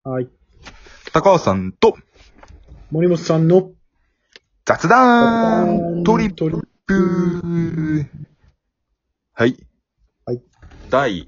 はい。 高尾さんと森本さんの雑バ談トリットリップ。 プ。はい。 はい。 第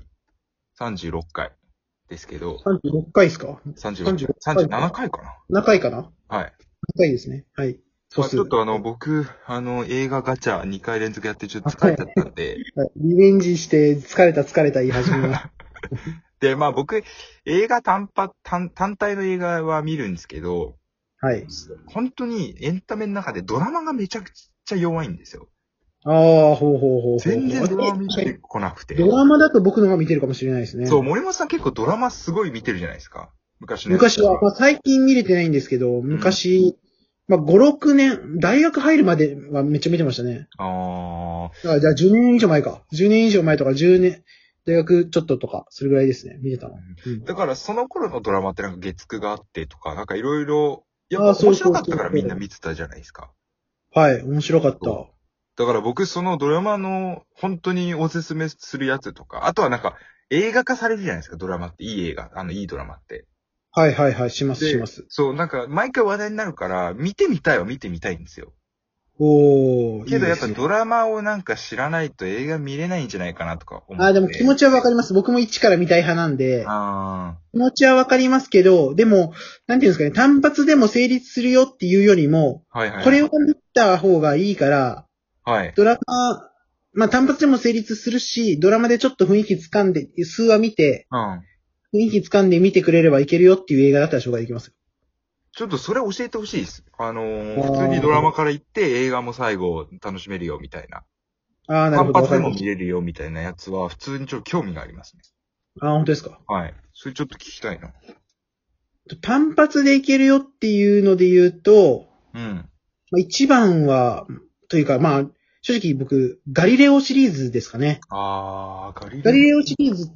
36回ですけど、 36回ですか？ 36 36 回、 回 37 か。 回かな。 7回かな？ はい。 7 回ですね。はい。素まあちょっ数。 と僕、映画ガチャ2回連続やってちょっと疲れはい。 ちゃったんで、 リベンジして疲れた言い始めましで、まあ僕、映画単体の映画は見るんですけど、 た。はい。 本当にエンタメの中でドラマがめちゃくちゃ弱いんですよ。 ああ、ほうほうほうほうほう。 全然ドラマ見て確かに、 こなくて。 ドラマだと僕の方が見てるかもしれないですそう、 ね。 森本さん結構ドラマすごい見てるじゃないですか。昔のやつ昔は、まあ、最近見れてないんですけど、昔、まあ、5、6年、大学入るまではめっちゃ見てましたね。 あだからじゃあ10年以上前か。10年以上前とか10年、大学ちょっととか、それぐらいですね。見てたの。うん。 だからその頃のドラマってなんか月9があってとか、なんかいろいろ、やっああ、そぱ面うそうそう白かったからみんなそう。 見てたじゃないですか。 はい、面白かった。 そうだから僕そのドラマの本当におすすめするやつとか、あとはなんか映画化されるじゃないですか、ドラマって。いい映画、いいドラマって。 はいはいはい、しますしまで、 す。 そう、なんか毎回話題になるから、見てみたいは見てみたいんですよ。 おー、いけどやっぱいですね。 ドラマをなんか知らないと映画見れないんじゃないかなとか思ああ、 って。 でも気持ちはわかります。僕も一から見たい派なんで、 あ気持ちはわかりますけど、でも、なんていうんですかね、単発でも成立するよっていうよりも、 はいはいはい。 これを見た方がいいから、 はい。 ドラマ、まあ単発でも成立するし、ドラマでちょっと雰囲気掴んで、数話見て、 うん。 雰囲気掴んで見てくれればいけるよっていう映画だったら紹介できますよ。 ちょっとそれ教えてほしいです。 あ普通にドラマーから行って映画も最後楽しめるよみたいな。 あー、なるほど、わ単発でかりましも見れるよみたいなやつは普通にちょっと興味がありますね。 た。あー、本当ですか。 はい。それちょっと聞きたいな。 単発でいけるよっていうので言うと、 うん。 まあ、一番は、というか、まあ、正直僕、ガリレオシリーズですかね。 ガリガリレオ。 レオシリーズって、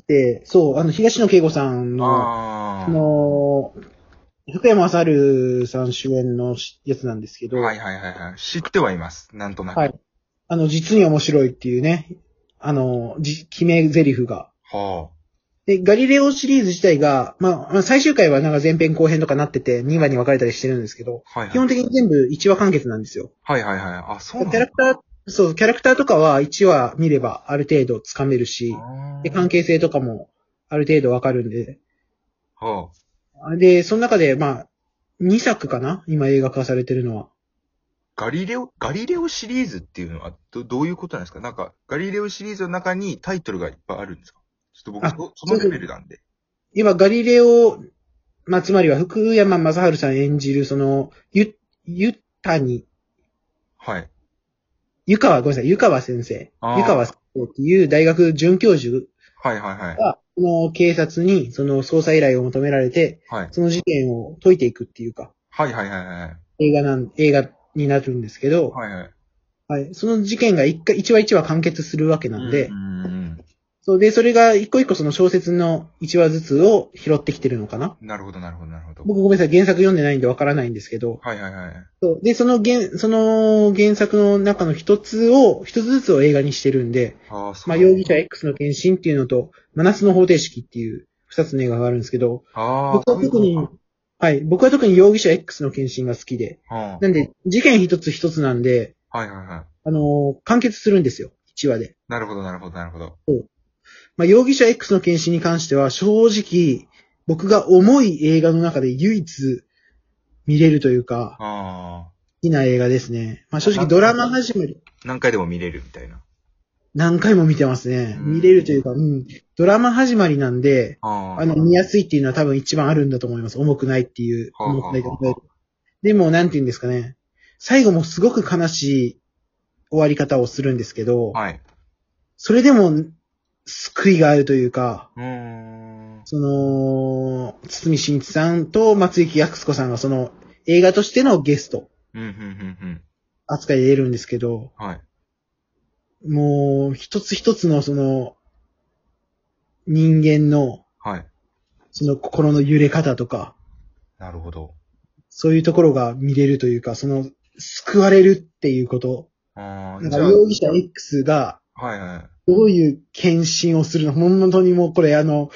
そう、東野圭吾さんの、 あ福山雅治さん主演のやつなんですけど、 はいはいはいはい。知ってはいます。なんとなく。 はい。実に面白いっていうね、決め台詞が。 はで、ガリレオシリーズ自体が、まあ、最終回はなんか前編後編とかなってて、2話に分かれたりしてるんですけど、 あ。はいはい。 基本的に全部1話完結なんですよ。 はいはいはい。あ、そうなんだ。 キャラクター、そう、キャラクターとかは1話見ればある程度つかめるし、で、関係性とかもある程度わかるんで、 はで、その中で、まあ、2作かな今映画化されてるのは。 ガリレオシリーズっていうのはどういうことなんですか？なんか、ガリレオシリーズの中にタイトルがいっぱいあるんですか？ちょっと僕あ、 そのレベルなんで。 今、ガリレオ、まあ、つまりは福山雅治さん演じる、ゆたに、 はい。 ごめんなさい、湯川先生。湯あ川先生っていう大学准教授あ、はいはいはい。 が、その警察にその捜査依頼を求められて、 はい。 その事件を解いていくっていうか、 はいはいはいはい。 映画になるんですけど、 はいはい。 はい。その事件が一話一話完結するわけなんで、 うん。 そうで、それが一個一個その小説の一話ずつを拾ってきてるのかな。 なるほどなるほどなるほど。 僕ごめんなさい、原作読んでないんでわからないんですけど、 はいはいはい。 そうで、その原作の中の一つずつを映画にしてるんで、 ああ、そう。 まあ、容疑者 X の献身っていうのと、真夏の方程式っていう二つの映画があるんですけど、 ああ、 僕は特に、はい、僕は特に容疑者 X の献身が好きで、 はなんで、事件一つ一つなんで、 はいはいはい。 完結するんですよ。一話で。 なるほどなるほどなるほど。 まあ、容疑者 X の検視に関しては、正直、僕が重い映画の中で唯一見れるというか、 あ好きな映画ですね。まあ、正直ドラマ始まり、 あ、何回でも見れるみたいな。 何回も見てますね。 うん見れるというか、ドラマ始まりなんで、 ああ、 見やすいっていうのは多分一番あるんだと思います。重くないっていう、 はあ重くないとはあはでも、なんて言うんですかね。最後もすごく悲しい終わり方をするんですけど、 はい。 それでも救いがあるというか、 うーん。 堤真一さんと松雪靖子さんがその映画としてのゲスト扱いで出るんですけど、 はい。 もう一つ一つのその人間のはい。 その心の揺れ方とか、 なるほど。 そういうところが見れるというか、救われるっていうこと。 ああ、 なんかじゃあ、 容疑者 X がはいはい。 どういう献身をするの本当にもうこれ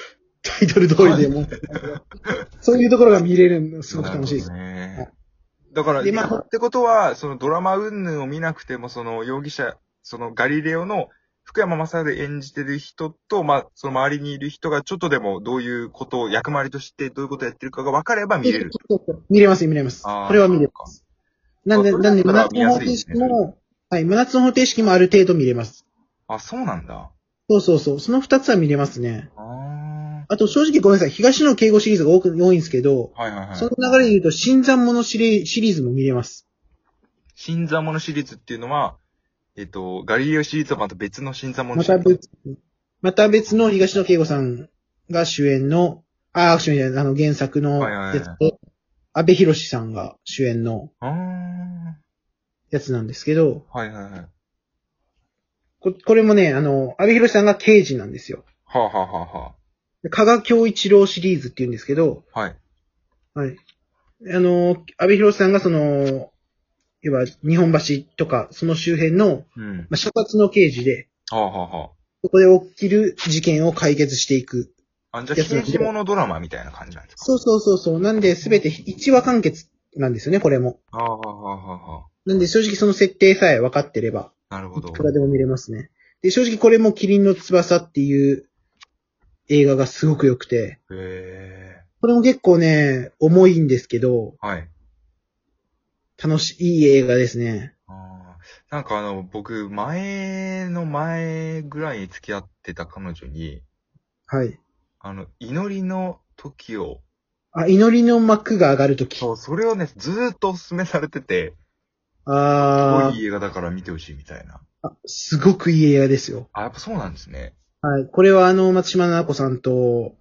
タイトル通りでもう、そういうところが見れるの、すごく楽しいです。 ね。だから、 でまあってことは、そのドラマ云々を見なくても、その容疑者、そのガリレオの福山雅治演じてる人と、まあ、その周りにいる人がちょっとでもどういうことを、役回りとしてどういうことをやってるかが分かれば見れる。 見れます、見れます。これは見れます。なんで、真夏の方程式も、はい、真夏の方程式もある程度見れます。 あ、そうなんだ。 そうそうそう。その二つは見れますね。 あと、正直ごめんなさい。東野敬吾シリーズが多いんですけど、 はいはいはい。 その流れで言うと、新参者シリーズも見れます。 新参者シリーズっていうのは、ガリレオシリーズはまた別の新参者シリーズ。 また別の東野敬吾さんが主演の、主演じゃない、原作のやつで、阿部寛さんが主演のやつなんですけど、 はいはいはい。 これもね、阿部寛さんが刑事なんですよ。 はあ、はあはあはあ、 加賀恭一郎シリーズって言うんですけど、 はい。 はい。阿部寛さんが要は日本橋とかその周辺の、所轄の刑事で、 はあはあはあ、 そこで起きる事件を解決していく。 じゃあ刑事物ドラマみたいな感じなんですか？ そう。なんで、すべて1話完結なんですよね、これも。 はあはあはあはあ。 なんで、正直その設定さえ分かってれば、 なるほど。 いくらでも見れますね。で、正直これもキリンの翼っていう映画がすごく良くて。これも結構ね、重いんですけど、 はい。 いい映画ですね。 なんか僕、前ぐらいに付き合ってた彼女に、 はい。 祈りの時を。 祈りの幕が上がる時。 そう、それをね、ずーっとお勧めされてて、すごいいい映画だから見てほしいみたいな。 すごくいい映画ですよ。 やっぱそうなんですね。 はい。これは松島菜々子さんと、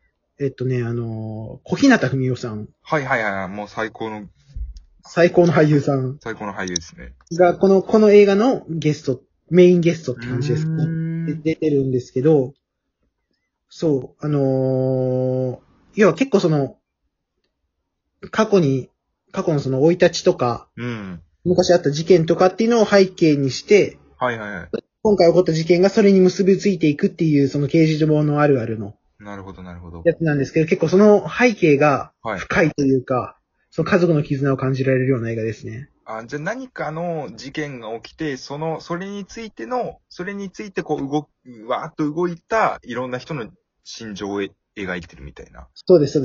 小日向文世さん。 はい、もう最高の俳優さん。 最高の俳優ですね。 が、この映画のメインゲストって感じですね。出てるんですけど、そう、要は結構過去のその生い立ちとか、昔あった事件とかっていうのを背景にして、今回起こった事件がそれに結びついていくっていう、その刑事上のあるあるの。 なるほど。 やつなんですけど、結構その背景が深いというか、その家族の絆を感じられるような映画ですね。 じゃあ何かの事件が起きて、それについてこうわーっと動いたいろんな人の心情を描いてるみたいな。 そうです。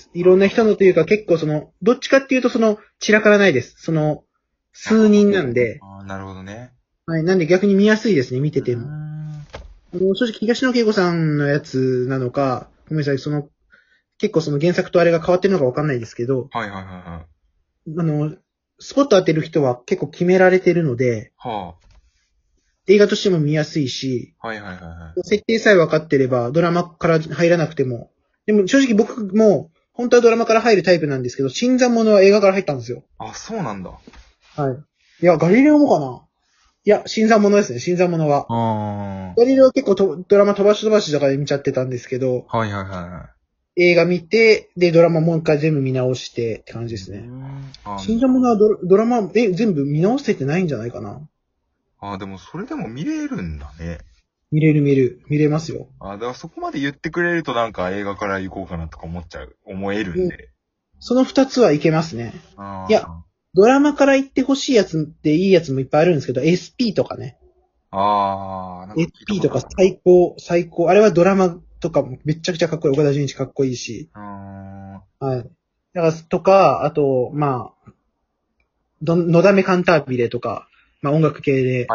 いろんな人のというか結構どっちかっていうと散らからないです。数人なんで。 なるほどね。 はい、なんで逆に見やすいですね、見てても。正直東野圭吾さんのやつなのか、ごめんなさい、結構原作とあれが変わってるのかわかんないですけど、スポット当てる人は結構決められてるので、映画としても見やすいし、設定さえ分かってればドラマから入らなくても、でも正直僕も本当はドラマから入るタイプなんですけど、新参者は映画から入ったんですよ。 そうなんだ。 はい。いや、ガリレオもかな。いや、新参者ですね、新参者は。ガリレオは結構ドラマ飛ばしとかで見ちゃってたんですけど、映画見て、で、ドラマもう一回全部見直してって感じですね。新参者はドラマ、全部見直せてないんじゃないかな。 でもそれでも見れるんだね。 見れますよ。 だからそこまで言ってくれるとなんか映画から行こうかなとか思えるんで。 その二つはいけますね。いや、ドラマから行ってほしいやつっていいやつもいっぱいあるんですけど、SP とかね。SP とか最高。あれはドラマとかもめちゃくちゃかっこいい。岡田准一かっこいいし。はい。だから、とか、あと、のだめカンタービレとか、音楽系で。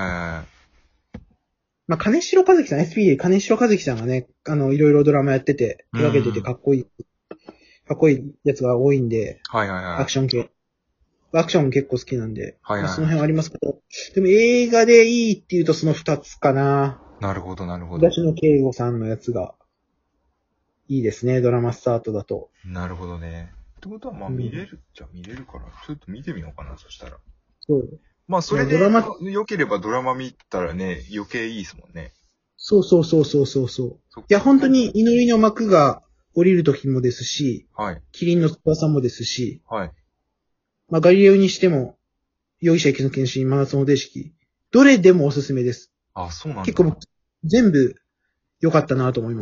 金城和樹さん、SP で金城和樹さんがね、いろいろドラマやってて、手掛けててかっこいいやつが多いんで、アクション系。アクションも結構好きなんで、その辺はありますけど、でも映画でいいって言うとその二つかな。 なるほど。 東野圭吾さんのやつが、いいですね、ドラマスタートだと。 なるほどね。ってことは見れるっちゃ見れるから、ちょっと見てみようかな、そしたら。 そう。 それで良ければドラマ見たらね、余計いいですもんね。 そう。いや、本当に祈りの幕が降りる時もですし、キリンの翼もですし、ガリレオにしても、容疑者行きの検診、真夏の方程式、どれでもおすすめです。 そうなんだ。 結構全部良かったなと思います。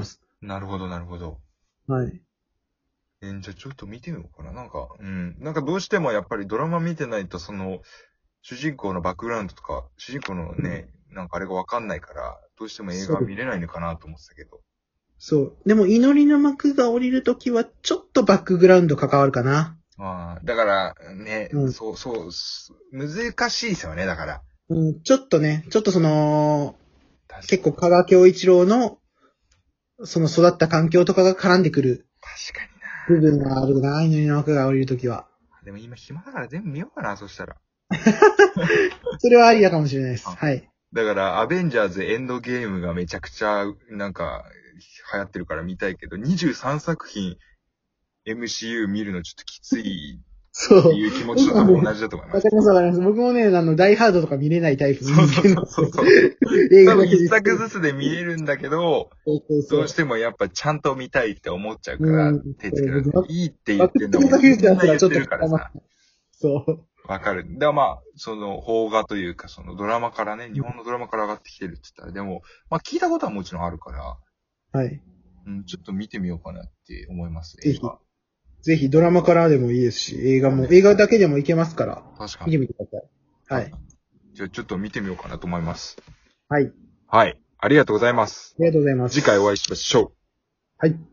なるほど、なるほど。 はい。 じゃあちょっと見てみようかな。なんかどうしてもやっぱりドラマ見てないと、主人公のバックグラウンドとか、主人公のね、なんかあれがわかんないから、どうしても映画は見れないのかなと思ってたけど。 そう。でも、祈りの幕が降りるときは、ちょっとバックグラウンド関わるかな。 ああ、だからね、 うん。 難しいですよね、だから。 うん、ちょっとね、ちょっと結構、 確かに。 加賀恭一郎の、その育った環境とかが絡んでくる確かに部分があるな、祈りの幕が降りるときは。 な。でも今暇だから全部見ようかな、そしたら。 それはありだかもしれないです。 あはい。 だから、アベンジャーズエンドゲームがめちゃくちゃ、なんか、流行ってるから見たいけど、23作品 MCU 見るのちょっときついってそう。 いう気持ちと多分同じだと思います。 わかりますわかります。僕もね、ダイハードとか見れないタイプのそう人間なんそうそうで。映多分一画だけで。 作ずつで見えるんだけど、 そうそうそう。 どうしてもやっぱちゃんと見たいって思っちゃうから、 うん。 手つけられない。 僕、 いいって言バックってんのもトゥーザフューチャーすらちょっとみんな言ってるからさ。 そう。 わかる。でも邦画というか、ドラマからね、日本のドラマから上がってきてるって言ったら、でも、聞いたことはもちろんあるから、 はい。 ちょっと見てみようかなって思います、 ぜひ、 映画。 ぜひドラマからでもいいですし、 そうね映画だけでもいけますから、見て確かに。 みてください。はい。 じゃあちょっと見てみようかなと思います。 はい。 はい。ありがとうございます。 ありがとうございます。 次回お会いしましょう。 はい。